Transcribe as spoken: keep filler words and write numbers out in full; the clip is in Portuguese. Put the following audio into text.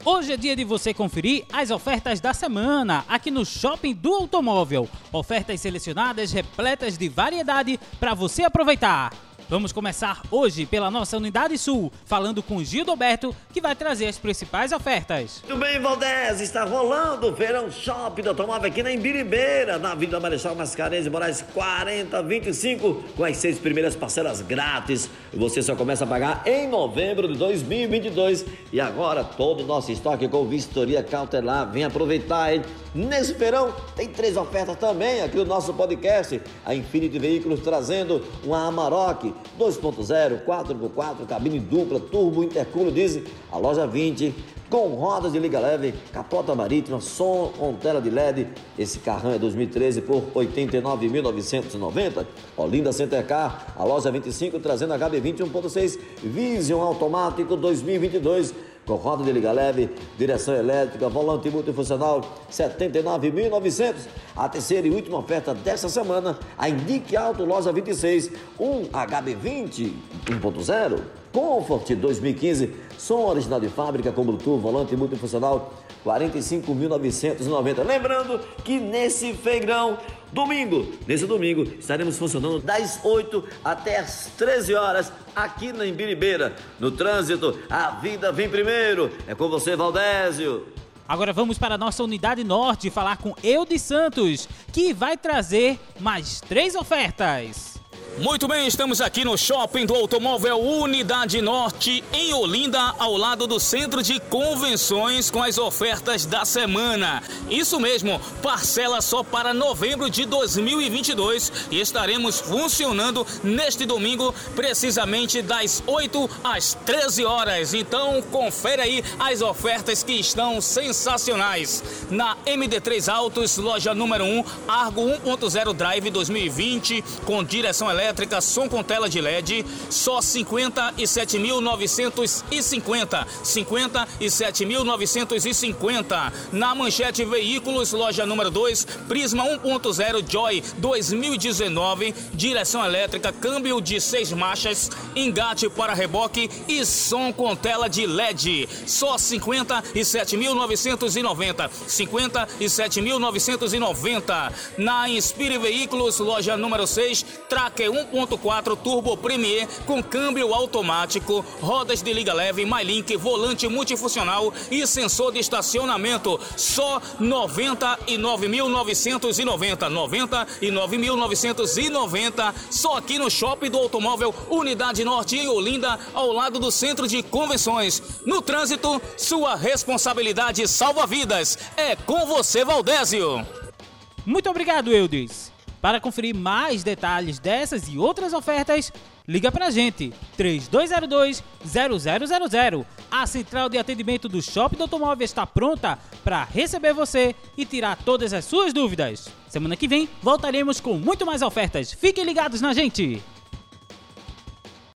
Hoje é dia de você conferir as ofertas da semana aqui no Shopping do Automóvel. Ofertas selecionadas repletas de variedade para você aproveitar. Vamos começar hoje pela nossa Unidade Sul, falando com Gildoberto, que vai trazer as principais ofertas. Tudo bem, Valdez? Está rolando o Feirão Shopping do Automóvel aqui na Imbiribeira, na Avenida Marechal Mascarenhas e Moraes quarenta vinte e cinco, com as seis primeiras parcelas grátis. Você só começa a pagar em novembro de dois mil e vinte e dois. E agora todo o nosso estoque com vistoria cautelar. Vem aproveitar, hein? Nesse feirão tem três ofertas também aqui no nosso podcast. A Infinity Veículos trazendo uma Amarok dois ponto zero, quatro por quatro, cabine dupla, turbo, intercooler, diesel. A loja vinte com rodas de liga leve, capota marítima, som com tela de L E D. Esse carrão é dois mil e treze por oitenta e nove mil novecentos e noventa. Olinda Center Car, a loja vinte e cinco trazendo H B vinte um ponto seis Vision automático dois mil e vinte e dois. Com roda de liga leve, direção elétrica, volante multifuncional, setenta e nove mil e novecentos. A terceira e última oferta dessa semana, a Indique Auto Loja vinte e seis, um H B vinte um ponto zero, Comfort dois mil e quinze, som original de fábrica com Bluetooth, volante multifuncional, quarenta e cinco mil novecentos e noventa. Lembrando que nesse feirão, domingo, nesse domingo, estaremos funcionando das oito até as treze horas aqui na Imbiribeira. No trânsito, a vida vem primeiro. É com você, Valdésio. Agora vamos para a nossa Unidade Norte falar com Eudes Santos, que vai trazer mais três ofertas. Muito bem, estamos aqui no Shopping do Automóvel Unidade Norte, em Olinda, ao lado do Centro de Convenções, com as ofertas da semana. Isso mesmo, parcela só para novembro de dois mil e vinte e dois, e estaremos funcionando neste domingo, precisamente das oito às treze horas. Então, confere aí as ofertas que estão sensacionais. Na M D três Autos, loja número um, Argo um ponto zero Drive dois mil e vinte, com direção elétrica, elétrica, som com tela de L E D, só cinquenta e sete mil novecentos e cinquenta. cinquenta e sete mil novecentos e cinquenta. Na Manchete Veículos, loja número dois, Prisma um ponto zero Joy dois mil e dezenove, direção elétrica, câmbio de seis marchas, engate para reboque e som com tela de L E D. Só cinquenta e sete mil novecentos e noventa. cinquenta e sete mil novecentos e noventa. Na Inspire Veículos, loja número seis, Tracker um ponto quatro Turbo Premier com câmbio automático, rodas de liga leve, MyLink, volante multifuncional e sensor de estacionamento. Só noventa e nove mil novecentos e noventa. noventa e nove mil novecentos e noventa. Só aqui no Shopping do Automóvel Unidade Norte, em Olinda, ao lado do Centro de Convenções. No trânsito, sua responsabilidade salva vidas. É com você, Valdésio. Muito obrigado, Eudes. Para conferir mais detalhes dessas e outras ofertas, liga pra gente, três dois zero dois, zero zero zero zero. A central de atendimento do Shopping do Automóvel está pronta para receber você e tirar todas as suas dúvidas. Semana que vem voltaremos com muito mais ofertas. Fiquem ligados na gente!